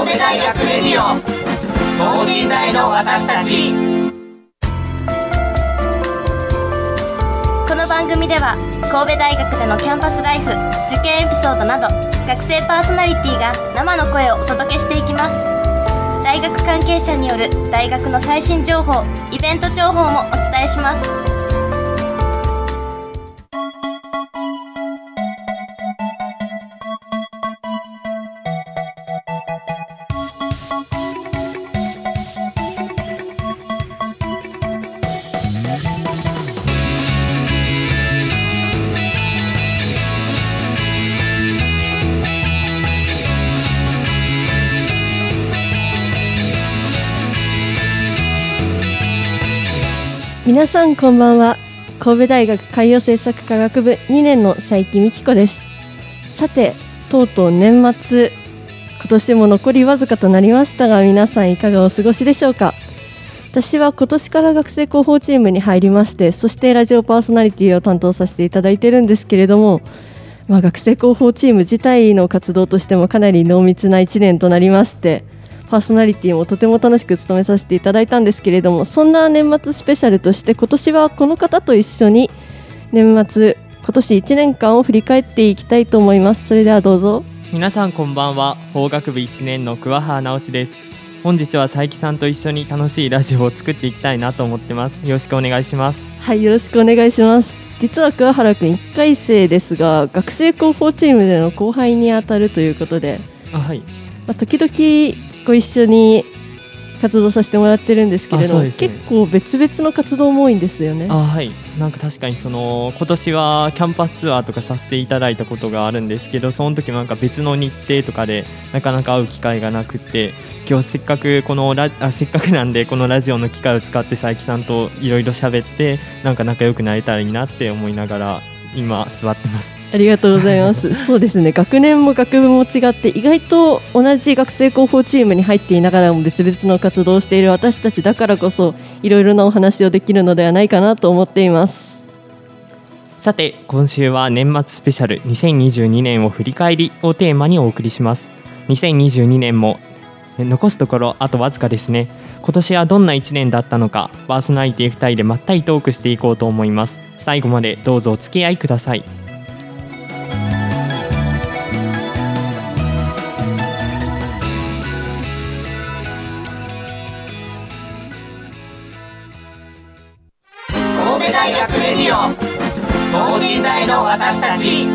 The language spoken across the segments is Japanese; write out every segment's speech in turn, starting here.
神戸大学レディオ等身大の私たち。 この番組では神戸大学でのキャンパスライフ、受験エピソードなど学生パーソナリティが生の声をお届けしていきます。大学関係者による大学の最新情報、イベント情報もお伝えします。 皆さんこんばんは。神戸大学海洋政策科学部2年の佐伯美希子です。さて、とうとう年末、今年も残りわずかとなりましたが、皆さんいかがお過ごしでしょうか。私は今年から学生広報チームに入りまして、そしてラジオパーソナリティを担当させていただいているんですけれども、学生広報チーム自体の活動としてもかなり濃密な1年となりまして、パーソナリティもとても楽しく務めさせていただいたんですけれども、そんな年末スペシャルとして今年はこの方と一緒に年末、今年1年間を振り返っていきたいと思います。それではどうぞ。 皆さんこんばんは。法学部1年の桑原直です。本日は佐伯さんと一緒に楽しいラジオを作っていきたいなと思ってます。よろしくお願いします。 はい、よろしくお願いします。実は桑原くん1回生ですが、学生広報チームでの後輩にあたるということで、 はい、 時々ご一緒に活動させてもらってるんですけれども、 ね、 結構別々の活動も多いんですよね。 はい、なんか確かに今年はキャンパスツアーとかさせていただいたことがあるんですけど、その時もなんか別の日程とかでなかなか会う機会がなくて、今日せっかくなんでこのラジオの機会を使って佐伯さんといろいろ喋ってなんか仲良くなれたらいいなって思いながら今座ってます。 ありがとうございますそうですね、学年も学部も違って意外と同じ学生広報チームに入っていながらも別々の活動をしている私たちだからこそ、いろいろなお話をできるのではないかなと思っています。 さて、今週は年末スペシャル2022年を振り返りをテーマにお送りします。2022年も残すところあとわずかですね。今年はどんな1年だったのか、パーソナリティ2人でまったりトークしていこうと思います。最後までどうぞお付き合いください。 神戸大学レディオ等身大の私たち。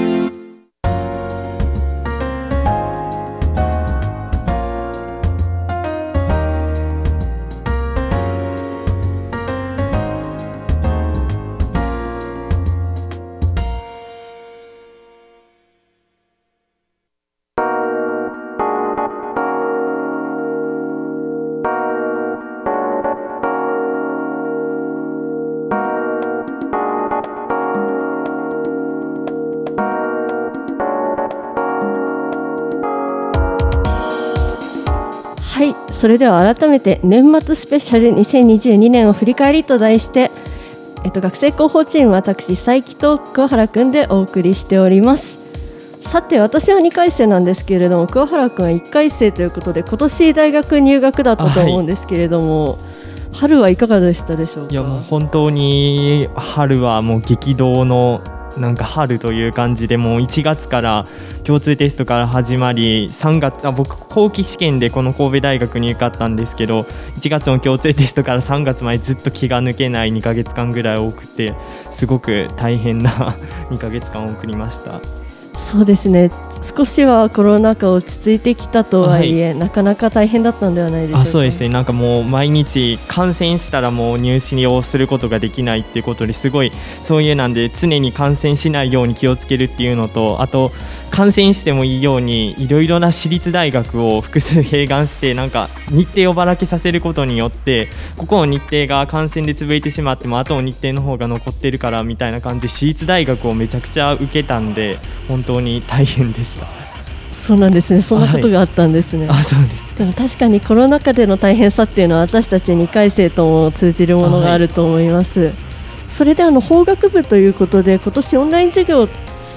はい、それでは改めて年末スペシャル2022年を振り返りと題して、学生広報チーム私佐伯と桑原くんでお送りしております。さて、私は2回生なんですけれども、桑原くんは1回生ということで今年大学入学だったと思うんですけれども、春はいかがでしたでしょうか。 いや、もう本当に春はもう激動のなんか春という感じで、もう1月から共通テストから始まり、3月僕後期試験でこの神戸大学に受かったんですけど、1月の共通テストから3月までずっと気が抜けない2ヶ月間ぐらい多くて、すごく大変な2ヶ月間を送りました。 そうですね、少しはコロナ禍落ち着いてきたとはいえ、なかなか大変だったんではないでしょうか。 そうですね、なんかもう毎日感染したらもう入試をすることができないっていうことですごい、そういうなんで常に感染しないように気をつけるっていうのと、あと感染してもいいようにいろいろな私立大学を複数併願して、なんか日程をばらけさせることによって、ここの日程が感染で潰れてしまってもあとの日程の方が残ってるからみたいな感じで私立大学をめちゃくちゃ受けたんで、本当に大変でした。 そうなんですね、そんなことがあったんですね。 そうです。 でも確かにコロナ禍での大変さっていうのは私たち2回生とも通じるものがあると思います。それで法学部ということで今年オンライン授業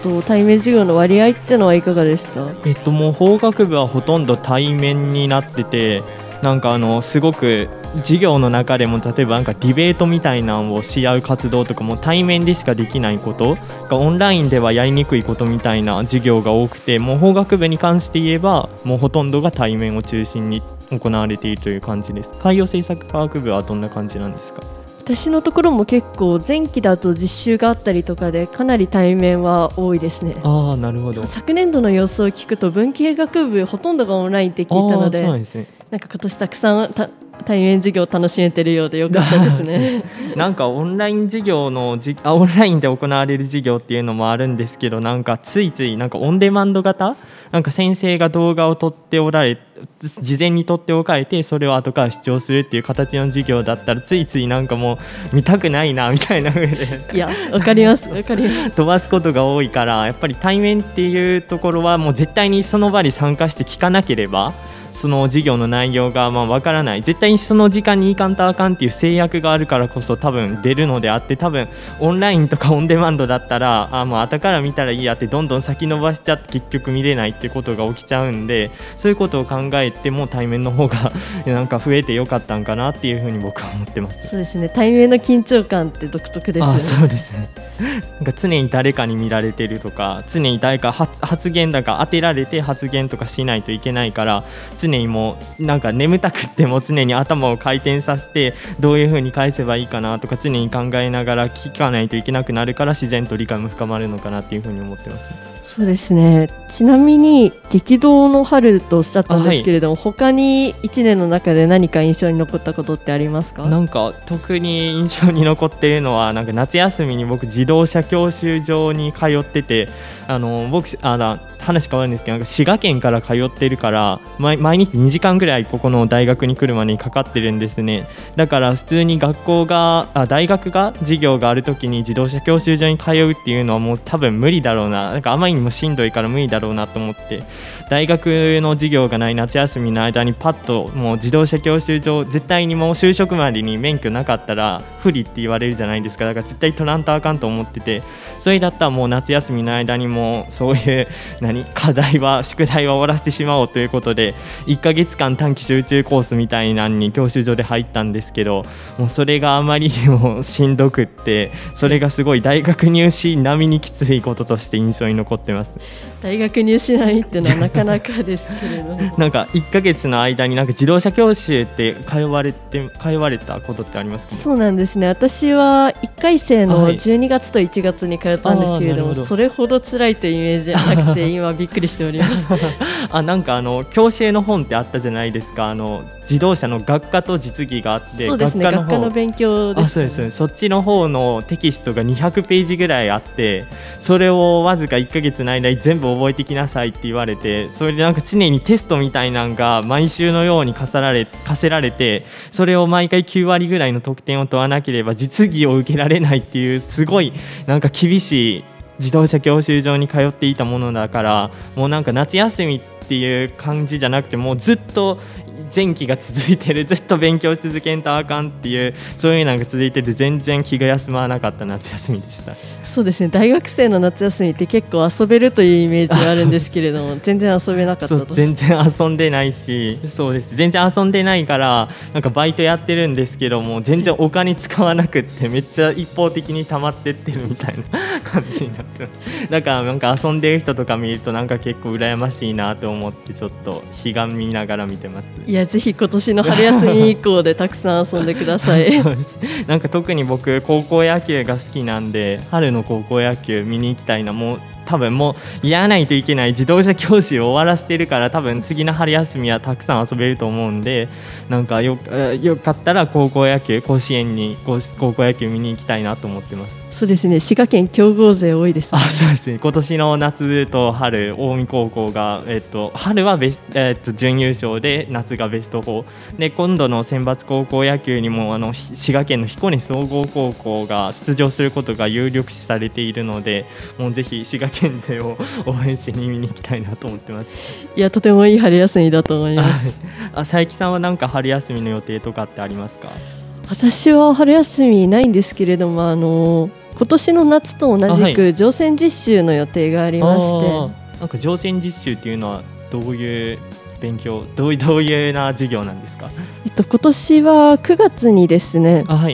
対面授業の割合ってのはいかがでした？ もう法学部はほとんど対面になってて、なんかすごく授業の中でも例えばなんかディベートみたいなのをし合う活動とかも対面でしかできないことがオンラインではやりにくいことみたいな授業が多くて、もう法学部に関して言えばもうほとんどが対面を中心に行われているという感じです。海洋政策科学部はどんな感じなんですか？ 私のところも結構前期だと実習があったりとかでかなり対面は多いですね。 ああ、なるほど。 昨年度の様子を聞くと文系学部ほとんどがオンラインって聞いたので、 そうなんですね。 なんか今年たくさん対面授業を楽しめてるようでよかったですねなんかオンライン授業のオンラインで行われる授業っていうのもあるんですけど、なんかついついなんかオンデマンド型、なんか先生が動画を撮っておられ事前に撮っておかれてそれを後から視聴するっていう形の授業だったらついついなんかもう見たくないなみたいな風でいや、わかりますわかります飛ばすことが多いから、やっぱり対面っていうところはもう絶対にその場に参加して聞かなければその授業の内容がわからない、絶対にその時間に行かんとあかんっていう制約があるからこそ多分出るのであって、多分オンラインとかオンデマンドだったらもう後から見たらいいやってどんどん先延ばしちゃって結局見れないってことが起きちゃうんで、そういうことを考えても対面の方がなんか増えてよかったんかなっていうふうに僕は思ってます。 そうですね、対面の緊張感って独特ですよね。 そうですねなんか常に誰かに見られてるとか、常に誰か発言だから当てられて発言とかしないといけないから、常にもうなんか眠たくっても常に頭を回転させてどういう風に返せばいいかなとか常に考えながら聞かないといけなくなるから、自然と理解も深まるのかなっていう風に思ってます。 そうですね。ちなみに激動の春とおっしゃったんですけれども、他に1年の中で何か印象に残ったことってありますか？ なんか特に印象に残っているのは、なんか夏休みに僕自動車教習所に通ってて、僕話変わるんですけど、なんか滋賀県から通ってるから毎日2時間ぐらいここの大学に来るまでにかかってるんですね。だから普通に大学が授業がある時に自動車教習所に通うっていうのはもう多分無理だろうな、なんかあまりにもしんどいから無理だろうなと思って、大学の授業がない夏休みの間にパッともう自動車教習所、絶対にもう就職までに免許なかったら不利って言われるじゃないですか。だから絶対取らんとあかんと思ってて、それだったらもう夏休みの間にもそういう宿題は終わらせてしまおうということで1ヶ月間短期集中コースみたいなのに教習所で入ったんですけど、もうそれがあまりにもしんどくって、それがすごい大学入試並みにきついこととして印象に残ってます。 大学入試並みってのはなかなかですけれどもなんか1ヶ月の間になんか自動車教習って通われたことってありますか？ そうなんですね。私は1回生の12月と1月に通ったんですけれども、それほど辛いというイメージじゃなくて今びっくりしておりますなんか教習の本ってあったじゃないですか。自動車の学科と実技があって、 そうですね、学科の勉強です、ね、 そうですね。そっちの方のテキストが200ページぐらいあって、それをわずか1ヶ月の間に全部覚えてきなさいって言われて、それでなんか常にテストみたいなのが毎週のように課せられて、それを毎回9割ぐらいの得点を取らなければ実技を受けられないっていう、すごいなんか厳しい自動車教習所に通っていたものだから、もうなんか夏休みっていう感じじゃなくて、もうずっと前期が続いてる、ずっと勉強し続けんとあかんっていう、そういうのが続いてて全然気が休まらなかった夏休みでした。 そうですね、大学生の夏休みって結構遊べるというイメージがあるんですけれども全然遊べなかったと。 全然遊んでないし、そうです、全然遊んでないからなんかバイトやってるんですけども全然お金使わなくってめっちゃ一方的に溜まってってるみたいな感じになってます。だからなんか遊んでる人とか見るとなんか結構羨ましいなと思ってちょっとひがみながら見てます。 いや、ぜひ今年の春休み以降でたくさん遊んでくださいそうです。なんか特に僕高校野球が好きなんで、春の高校野球見に行きたいな。もう多分もうやらないといけない自動車教習を終わらせてるから、多分次の春休みはたくさん遊べると思うんで、なんかよかったら甲子園に高校野球見に行きたいなと思ってます。 そうですね、滋賀県強豪勢多いですね。 そうですね、今年の夏と春近江高校が、春は準優勝で夏がベスト4で、今度の選抜高校野球にも滋賀県の彦根総合高校が出場することが有力視されているので、もうぜひ滋賀県勢を応援しに見に行きたいなと思ってます。 いや、とてもいい春休みだと思います。 佐伯さんは何か春休みの予定とかってありますか？ 私は春休みないんですけれども、 今年の夏と同じく乗船実習の予定がありまして、 なんか乗船実習っていうのはどういう勉強、どういうな授業なんですか？ 今年は9月にですね、 はい、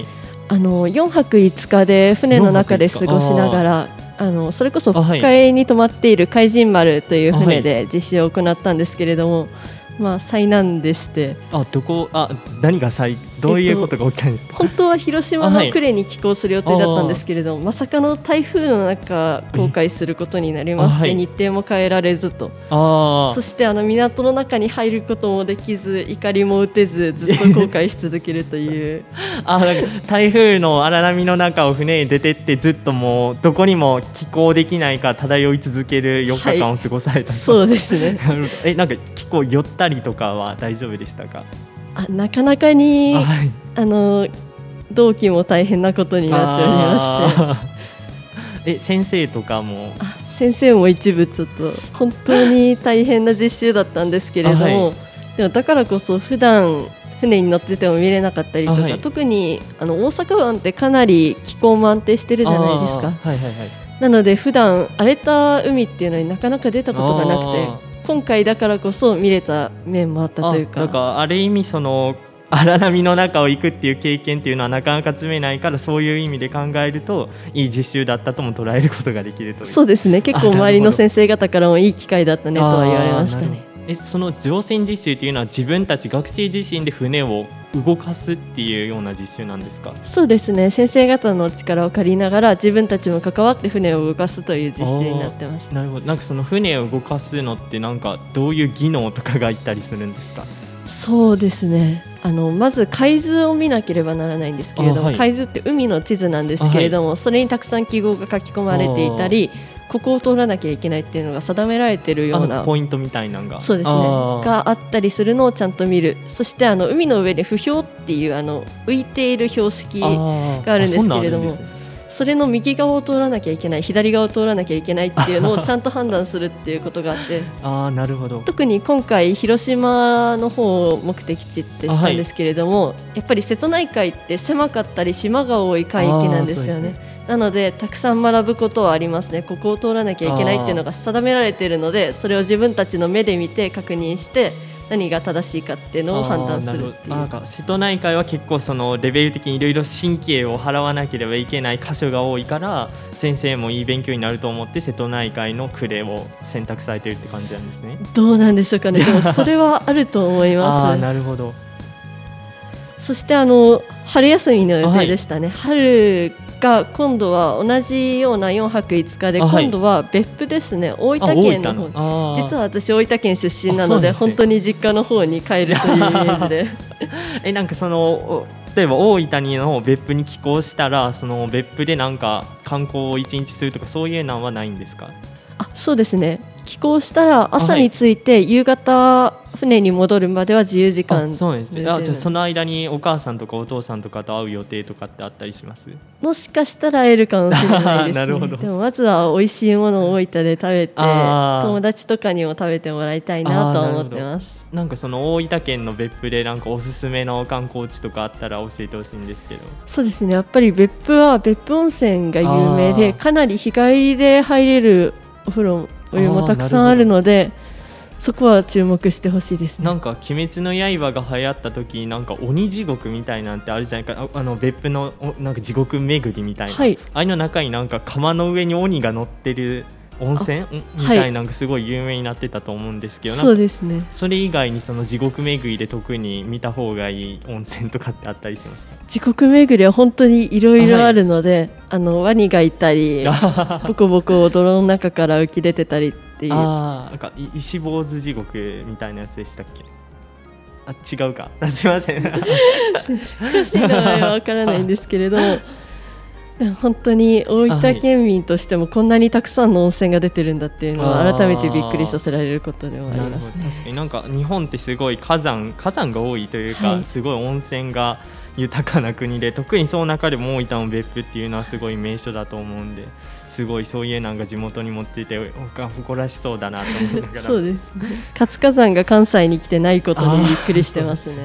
4泊5日で船の中で過ごしながら、それこそ深海に泊まっている海神丸という船で実習を行ったんですけれども、災難でして、 何がどういうことが起きたんですか？ 本当は広島の呉に寄港する予定だったんですけれども、まさかの台風の中航海することになりまして、日程も変えられずと、そして港の中に入ることもできず、怒りも打てず、ずっと航海し続けるというなんか台風の荒波の中を船に出てってずっともうどこにも寄港できないか漂い続ける4日間を過ごされた、 そうですねなんか寄港寄ったりとかは大丈夫でしたか？ なかなかに、同期も大変なことになっておりまして、 先生とかも先生も一部ちょっと本当に大変な実習だったんですけれども、でもだからこそ普段船に乗ってても見れなかったりとか、特に大阪湾ってかなり気候も安定してるじゃないですか。なので普段荒れた海っていうのになかなか出たことがなくて、今回だからこそ見れた面もあったというか、 だからある意味その荒波の中を行くっていう経験っていうのはなかなか積めないから、そういう意味で考えるといい実習だったとも捉えることができるという。 そうですね、結構周りの先生方からもいい機会だったねとは言われましたね。 その乗船実習っていうのは自分たち学生自身で船を動かすっていうような実習なんですか？ そうですね、先生方の力を借りながら自分たちも関わって船を動かすという実習になってます。 なるほど。なんかその船を動かすのってなんかどういう技能とかがいったりするんですか？ そうですね、まず海図を見なければならないんですけれども、海図って海の地図なんですけれども、それにたくさん記号が書き込まれていたり、ここを通らなきゃいけないっていうのが定められているようなポイントみたいなのが、 そうですね、があったりするのをちゃんと見る。そして海の上で浮標っていう浮いている標識があるんですけれども、それの右側を通らなきゃいけない、左側を通らなきゃいけないっていうのをちゃんと判断するっていうことがあってなるほど。 特に今回広島の方を目的地ってしたんですけれども、やっぱり瀬戸内海って狭かったり島が多い海域なんですよね。なのでたくさん学ぶことはありますね。ここを通らなきゃいけないっていうのが定められているので、それを自分たちの目で見て確認して何が正しいかっていうのを判断するっていう。 なんか瀬戸内海は結構そのレベル的にいろいろ神経を払わなければいけない箇所が多いから、先生もいい勉強になると思って瀬戸内海の呉を選択されているって感じなんですね。 どうなんでしょうかね。でもそれはあると思います。 なるほど。 そして春休みの予定でしたね。春が今度は同じような4泊5日で、今度は別府ですね、大分県の方。実は私大分県出身なので、本当に実家の方に帰るというイメージでなんかその例えば大分の別府に寄港したら、その別府でなんか観光を1日するとかそういうのはないんですか？ そうですね、寄港したら朝に着いて、夕方船に戻るまでは自由時間。 そうですね。じゃあその間にお母さんとかお父さんとかと会う予定とかってあったりします？ もしかしたら会えるかもしれないですね。 なるほど。 でもまずは美味しいものを大分で食べて、友達とかにも食べてもらいたいなと思ってます。 なんかその大分県の別府でなんかおすすめの観光地とかあったら教えてほしいんですけど。 そうですね、やっぱり別府は別府温泉が有名で、かなり日帰りで入れるお風呂お湯もたくさんあるので、そこは注目してほしいですね。 なんか鬼滅の刃が流行った時、なんか鬼地獄みたいなんてあるじゃないか。別府のなんか地獄巡りみたいな、ああいうの中になんか釜の上に鬼が乗ってる温泉みたいなのがすごい有名になってたと思うんですけど、 そうですね。 それ以外にその地獄巡りで特に見た方がいい温泉とかってあったりしますか？ 地獄巡りは本当にいろいろあるので、ワニがいたりボコボコ泥の中から浮き出てたりっていう、 なんか石坊主地獄みたいなやつでしたっけ？違うかすいません詳しい名前はわからないんですけれども本当に大分県民としてもこんなにたくさんの温泉が出てるんだっていうのは改めてびっくりさせられることでもありますね。 確かになんか日本ってすごい火山が多いというか、すごい温泉が豊かな国で、特にその中でも大分の別府っていうのはすごい名所だと思うんで、すごいそういうなんか地元に持っていて誇らしそうだなと思いながらそうですね、活火山が関西に来てないことにびっくりしてますね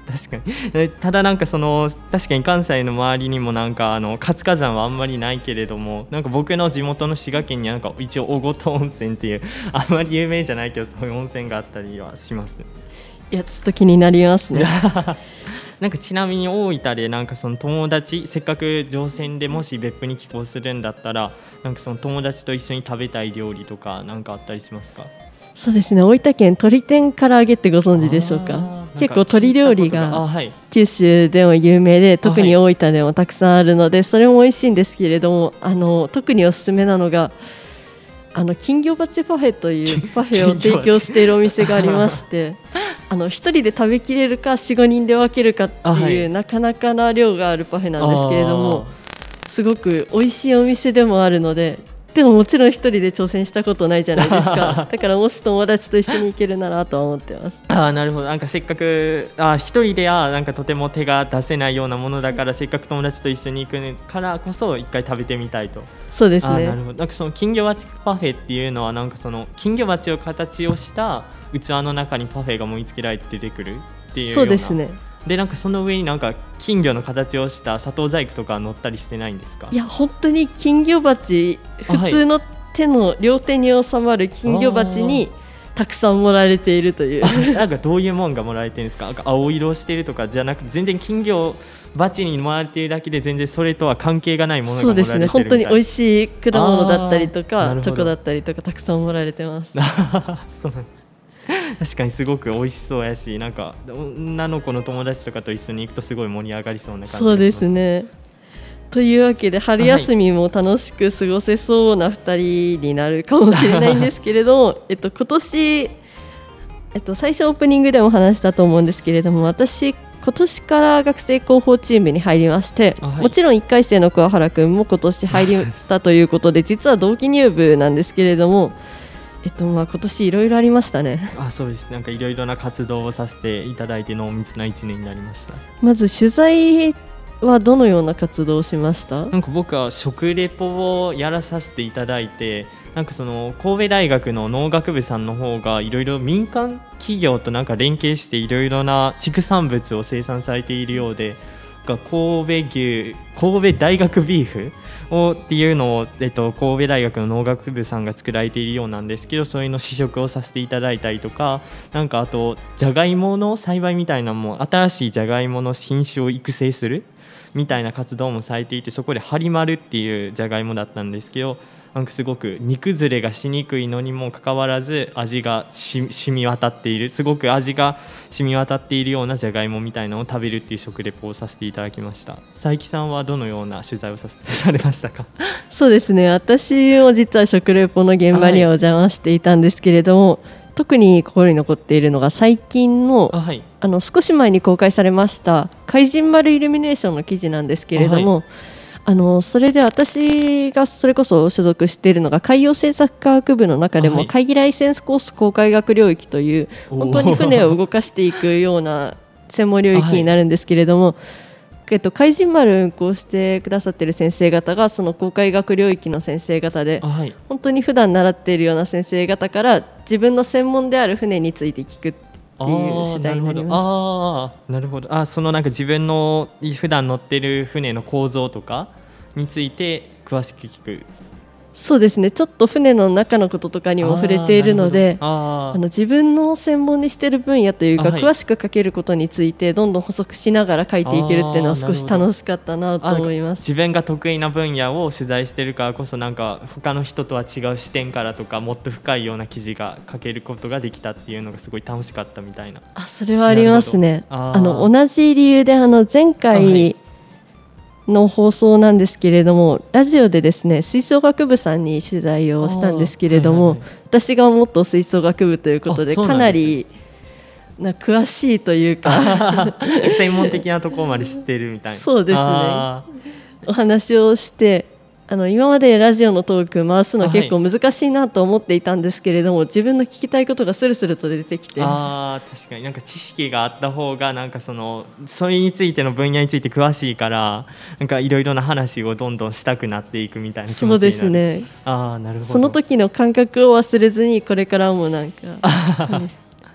確かに。ただなんか確かに関西の周りにもなんか活火山はあんまりないけれども、なんか僕の地元の滋賀県にはなんか一応小琴温泉っていうあんまり有名じゃないけどそういう温泉があったりはします。 いやちょっと気になりますねなんかちなみに大分でなんかその友達、せっかく乗船でもし別府に寄港するんだったらなんかその友達と一緒に食べたい料理とかなんかあったりしますか？ そうですね、大分県鶏天唐揚げってご存知でしょうか。結構鶏料理が九州でも有名で、特に大分でもたくさんあるのでそれも美味しいんですけれども、特におすすめなのが金魚鉢パフェというパフェを提供しているお店がありまして一人で食べきれるか 4,5 人で分けるかっていう、なかなかな量があるパフェなんですけれども、すごく美味しいお店でもあるので、でももちろん一人で挑戦したことないじゃないですかだからもし友達と一緒に行けるならとは思ってます。 なるほど。なんかせっかく一人でなんかとても手が出せないようなものだから、せっかく友達と一緒に行くからこそ一回食べてみたいと。 そうですね。 なるほど。なんかその金魚鉢パフェっていうのはなんかその金魚鉢を形をした器の中にパフェが盛り付けられて出てくるっていうような。 そうですね。 でなんかその上になんか金魚の形をした砂糖細工とか乗ったりしてないんですか？ いや本当に金魚鉢、普通の手の両手に収まる金魚鉢にたくさん盛られているというなんかどういうもんが盛られてるんですか？なんか青色をしているとかじゃなくて、全然金魚鉢に盛られているだけで全然それとは関係がないものが盛られてるみたいな。 そうですね、本当に美味しい果物だったりとかチョコだったりとかたくさん盛られてますそうなんです。確かにすごく美味しそうやし、なんか女の子の友達とかと一緒に行くとすごい盛り上がりそうな感じがします。 そうですね。というわけで春休みも楽しく過ごせそうな2人になるかもしれないんですけれども今年、最初オープニングでも話したと思うんですけれども、私今年から学生広報チームに入りまして、もちろん1回生の桑原くんも今年入りたということで実は同期入部なんですけれども、今年いろいろありましたね。 そうです。なんかいろいろな活動をさせていただいて濃密な1年になりました。 まず取材はどのような活動をしました？ なんか僕は食レポをやらさせていただいて、なんかその神戸大学の農学部さんの方がいろいろ民間企業となんか連携していろいろな畜産物を生産されているようで、神戸大学ビーフっていうのを、神戸大学の農学部さんが作られているようなんですけど、そういうの試食をさせていただいたりとか、なんかあとじゃがいもの栽培みたいなのも、新しいじゃがいもの品種を育成するみたいな活動もされていて、そこでハリマルっていうじゃがいもだったんですけど、なんかすごく煮崩れがしにくいのにもかかわらず味が染み渡っている、すごく味が染み渡っているようなじゃがいもみたいなのを食べるっていう食レポをさせていただきました。佐伯さんはどのような取材をされましたか？そうですね、私も実は食レポの現場にはお邪魔していたんですけれども、特に心に残っているのが最近の、少し前に公開されました海神丸イルミネーションの記事なんですけれども、それで私がそれこそ所属しているのが海洋政策科学部の中でも海技ライセンスコース公海学領域という本当に船を動かしていくような専門領域になるんですけれども、海神丸を運航してくださっている先生方がその公海学領域の先生方で、本当に普段習っているような先生方から自分の専門である船について聞くっていう次第になります。 なるほど。そのなんか自分の普段乗っている船の構造とかについて詳しく聞く。 そうですね、ちょっと船の中のこととかにも触れているので、自分の専門にしている分野というか、詳しく書けることについてどんどん補足しながら書いていけるっていうのは少し楽しかったなと思います。 自分が得意な分野を取材しているからこそ、なんか他の人とは違う視点からとかもっと深いような記事が書けることができたっていうのがすごい楽しかったみたいな。 それはありますね。同じ理由で前回の放送なんですけれども、ラジオでですね吹奏楽部さんに取材をしたんですけれども、私が元吹奏楽部ということでかなり詳しいというか専門的なところまで知っているみたいな。 そうですね、お話をして今までラジオのトーク回すの結構難しいなと思っていたんですけれども、自分の聞きたいことがスルスルと出てきて、 確かになんか知識があった方がなんかそれについての分野について詳しいから、なんかいろいろな話をどんどんしたくなっていくみたいな気持ちになる。そうですね。なるほど。 その時の感覚を忘れずにこれからもなんか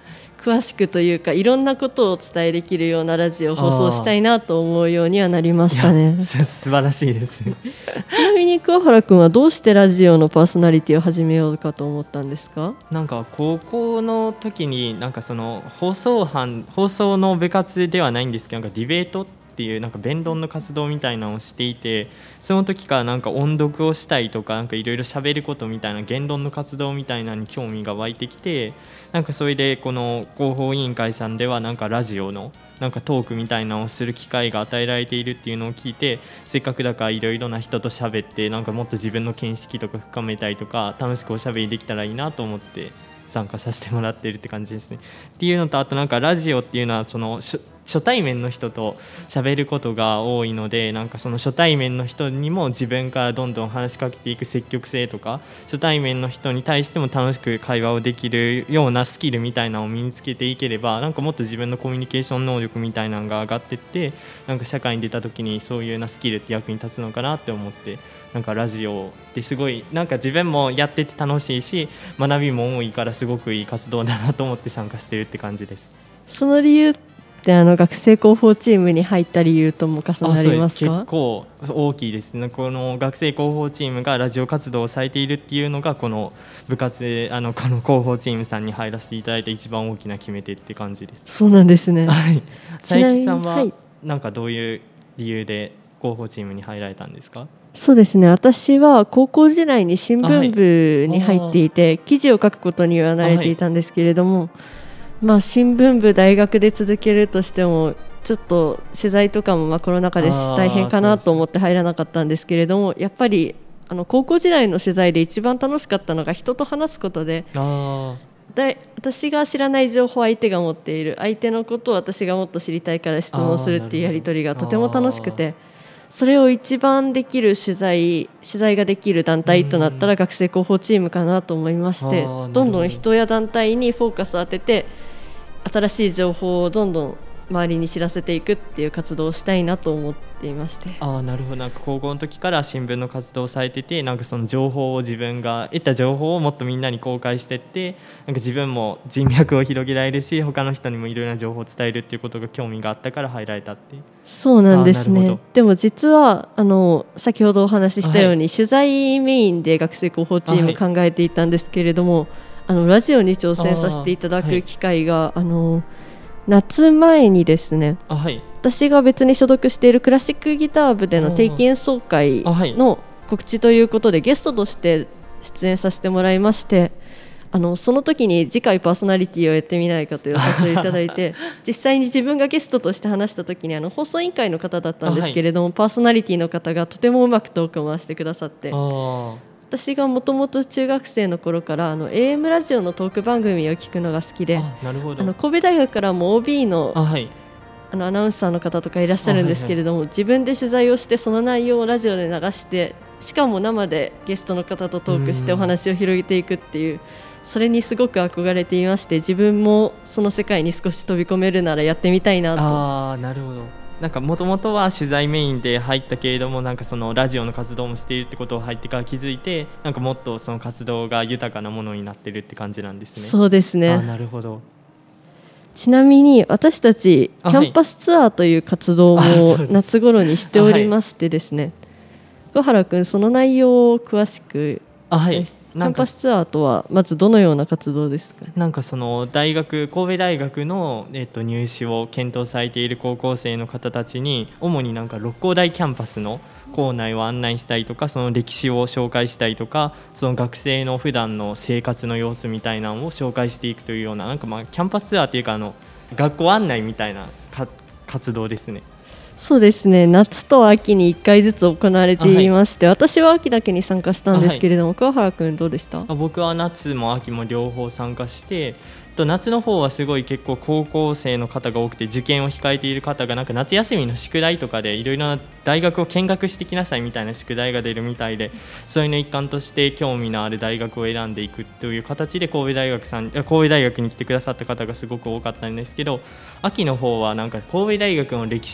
詳しくというかいろんなことをお伝えできるようなラジオを放送したいなと思うようにはなりましたね。 素晴らしいですちなみに桑原くんはどうしてラジオのパーソナリティを始めようかと思ったんですか？ なんか高校の時になんかその放送の部活ではないんですけど、なんかディベートっていうなんか弁論の活動みたいなのをしていて、その時からなんか音読をしたいとかなんかいろいろ喋ることみたいな言論の活動みたいなのに興味が湧いてきて、なんかそれでこの広報委員会さんではなんかラジオのなんかトークみたいなのをする機会が与えられているっていうのを聞いて、せっかくだからいろいろな人と喋ってなんかもっと自分の見識とか深めたいとか楽しくおしゃべりできたらいいなと思って参加させてもらっているって感じですね。っていうのと、あとなんかラジオっていうのはその初対面の人と喋ることが多いので、なんかその初対面の人にも自分からどんどん話しかけていく積極性とか、初対面の人に対しても楽しく会話をできるようなスキルみたいなのを身につけていければ、なんかもっと自分のコミュニケーション能力みたいなのが上がっていって、なんか社会に出た時にそういうようなスキルって役に立つのかなって思って、なんかラジオってすごいなんか自分もやってて楽しいし学びも多いからすごくいい活動だなと思って参加してるって感じです。 その理由って学生広報チームに入った理由とも重なりますか？ 結構大きいですね。この学生広報チームがラジオ活動をされているっていうのがこの部活でこの広報チームさんに入らせていただいた一番大きな決め手って感じです。 そうなんですね。 はい。佐伯さんははい、 なんかどういう理由で広報チームに入られたんですか？ そうですね、私は高校時代に新聞部に入っていて、記事を書くことには慣れていたんですけれども、新聞部大学で続けるとしてもちょっと取材とかもコロナ禍で大変かなと思って入らなかったんですけれども、やっぱり高校時代の取材で一番楽しかったのが人と話すことで、私が知らない情報を相手が持っている、相手のことを私がもっと知りたいから質問するっていうやり取りがとても楽しくて、それを一番できる取材ができる団体となったら学生広報チームかなと思いまして、どんどん人や団体にフォーカスを当てて新しい情報をどんどん周りに知らせていくっていう活動をしたいなと思っていまして。 なるほど。なんか高校の時から新聞の活動をされてて、なんかその情報を自分が得た情報をもっとみんなに公開していって、なんか自分も人脈を広げられるし他の人にもいろいろな情報を伝えるっていうことが興味があったから入られたっていう。 そうなんですね。でも実は先ほどお話ししたように、取材メインで学生広報チーム考えていたんですけれども、ラジオに挑戦させていただく機会が夏前にですね、私が別に所属しているクラシックギター部での定期演奏会の告知ということでゲストとして出演させてもらいまして、その時に次回パーソナリティをやってみないかというお誘いいただいて実際に自分がゲストとして話した時に放送委員会の方だったんですけれども、パーソナリティの方がとてもうまくトークを回してくださって、私がもともと中学生の頃からAM ラジオのトーク番組を聞くのが好きで、神戸大学からも OB のアナウンサーの方とかいらっしゃるんですけれども、自分で取材をしてその内容をラジオで流して、しかも生でゲストの方とトークしてお話を広げていくっていう、それにすごく憧れていまして、自分もその世界に少し飛び込めるならやってみたいなと。 なるほど。なんかもともとは取材メインで入ったけれども、なんかそのラジオの活動もしているってことを入ってから気づいて、なんかもっとその活動が豊かなものになってるって感じなんですね。 そうですね。 なるほど。 ちなみに私たちキャンパスツアーという活動も夏頃にしておりましてですね、小原君その内容を詳しくキャンパスツアーとはまずどのような活動ですか？ なんかその神戸大学の、入試を検討されている高校生の方たちに、主になんか六甲大キャンパスの校内を案内したりとか、その歴史を紹介したりとか、その学生の普段の生活の様子みたいなのを紹介していくというような、なんかキャンパスツアーというか学校案内みたいな活動ですね。 そうですね、夏と秋に1回ずつ行われていまして、私は秋だけに参加したんですけれども、桑原君どうでした？ 僕は夏も秋も両方参加して、夏の方はすごい結構高校生の方が多くて、受験を控えている方がなんか夏休みの宿題とかでいろいろな大学を見学してきなさいみたいな宿題が出るみたいで、そういうの一環として興味のある大学を選んでいくという形で神戸大学に来てくださった方がすごく多かったんですけど、秋の方はなんか神戸大学の歴史を深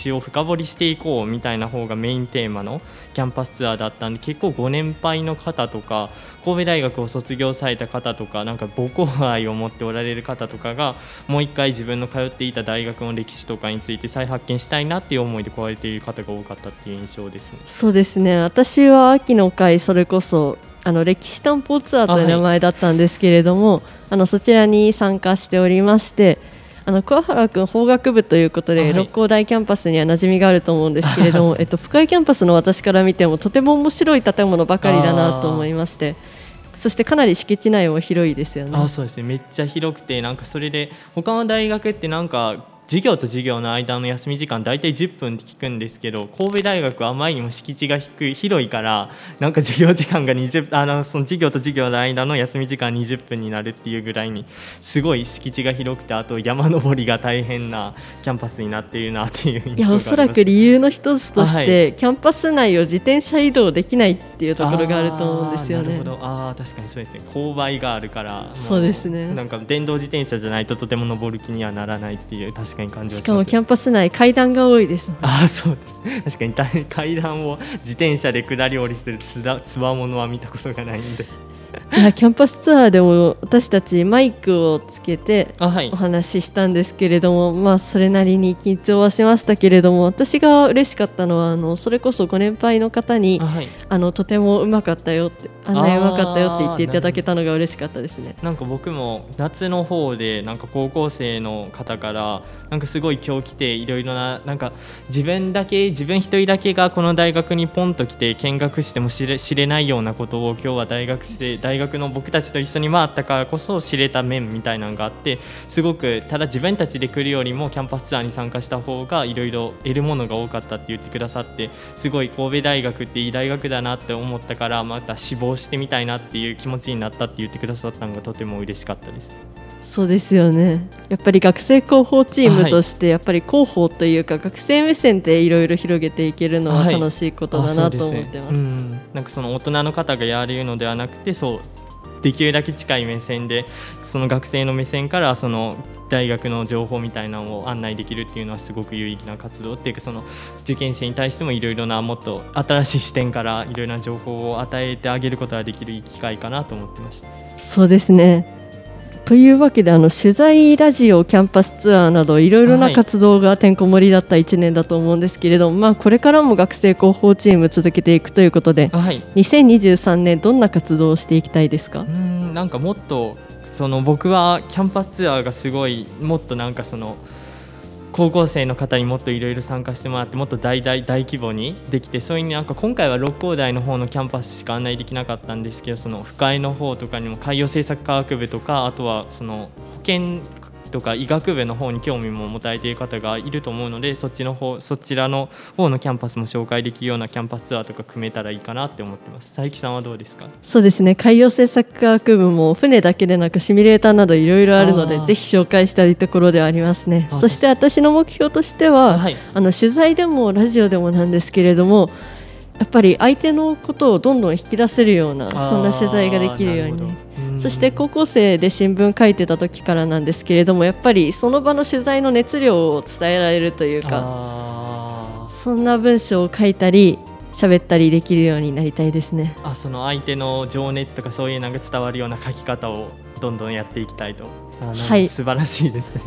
掘りしていこうみたいな方がメインテーマのキャンパスツアーだったんで、結構ご年配の方とか神戸大学を卒業された方とか、なんか母校愛を持っておられる方とかがもう一回自分の通っていた大学の歴史とかについて再発見したいなっていう思いで来られている方が多かったっていう印象ですね。 そうですね、私は秋の会それこそ歴史探訪ツアーという名前だったんですけれども、そちらに参加しておりまして、桑原君法学部ということで、六甲大キャンパスには馴染みがあると思うんですけれども深井キャンパスの私から見てもとても面白い建物ばかりだなと思いまして、そしてかなり敷地内も広いですよね。 そうですね、めっちゃ広くて、なんかそれで他の大学ってなんか授業と授業の間の休み時間だいたい10分って聞くんですけど、神戸大学はあまりにも敷地が広いから、なんか授業時間がその授業と授業の間の休み時間20分になるっていうぐらいにすごい敷地が広くて、あと山登りが大変なキャンパスになっているなっていう印象があります。 おそらく理由の一つとして、キャンパス内を自転車移動できないっていうところがあると思うんですよね。 なるほど、確かにそうですね、勾配があるから、 そうですね、 なんか電動自転車じゃないととても登る気にはならないっていう確かに感じはします。 しかもキャンパス内階段が多いです。 そうです、確かに階段を自転車で下り下りするつわものは見たことがないんでいやキャンパスツアーでも私たちマイクをつけてお話ししたんですけれども、それなりに緊張はしましたけれども、私が嬉しかったのはそれこそご年配の方にとてもうまかったよって案内うまかったよって言っていただけたのが嬉しかったですね。 なんか僕も夏の方でなんか高校生の方からなんかすごい今日来ていろいろな、なんか自分一人だけがこの大学にポンと来て見学しても知れないようなことを今日は大学の僕たちと一緒に回ったからこそ知れた面みたいなのがあって、すごくただ自分たちで来るよりもキャンパスツアーに参加した方がいろいろ得るものが多かったって言ってくださって、すごい神戸大学っていい大学だなって思ったから、また志望してみたいなっていう気持ちになったって言ってくださったのがとても嬉しかったです。 そうですよね、やっぱり学生広報チームとしてやっぱり広報というか学生目線でいろいろ広げていけるのは楽しいことだなと思ってます。 なんかその大人の方がやるのではなくて、できるだけ近い目線でその学生の目線からその大学の情報みたいなのを案内できるっていうのはすごく有意義な活動っていうか、その受験生に対してもいろいろなもっと新しい視点からいろいろな情報を与えてあげることができるいい機会かなと思ってました。 そうですね、というわけで取材ラジオキャンパスツアーなどいろいろな活動がてんこ盛りだった1年だと思うんですけれども、これからも学生広報チーム続けていくということで、2023年どんな活動をしていきたいですか？ なんかもっと僕はキャンパスツアーがすごいもっとなんか高校生の方にもっといろいろ参加してもらって、もっと大規模にできて、そういうなんか今回は六甲大の方のキャンパスしか案内できなかったんですけど、深井の方とかにも海洋政策科学部とか、あとは保健とか医学部の方に興味も持たれている方がいると思うので、そちらの方のキャンパスも紹介できるようなキャンパスツアーとか組めたらいいかなって思ってます。佐伯さんはどうですか？ そうですね、海洋政策科学部も船だけでなくシミュレーターなどいろいろあるので、ぜひ紹介したいところではありますね。そして私の目標としては、取材でもラジオでもなんですけれども、やっぱり相手のことをどんどん引き出せるような、そんな取材ができるようにね。そして高校生で新聞書いてた時からなんですけれども、やっぱりその場の取材の熱量を伝えられるというか、そんな文章を書いたり喋ったりできるようになりたいですね。 その相手の情熱とかそういうのが伝わるような書き方をどんどんやっていきたいと。素晴らしいですね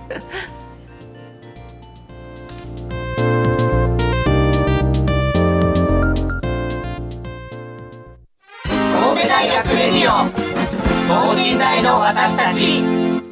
神戸大学レディオ等身大の私たち。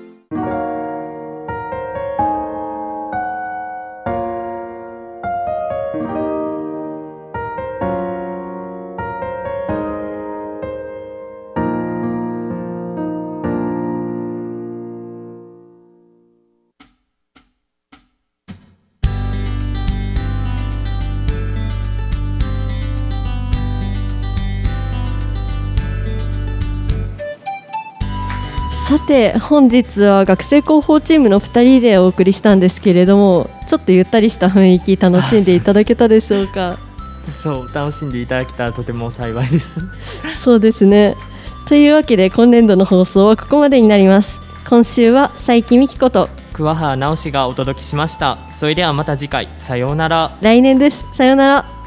さて本日は学生広報チームの2人でお送りしたんですけれども、ちょっとゆったりした雰囲気楽しんでいただけたでしょうか？ 楽しんでいただけたらとても幸いですそうですね、というわけで今年度の放送はここまでになります。今週は佐伯美希子と桑原直がお届けしました。それではまた次回、さようなら。 来年です。さようなら。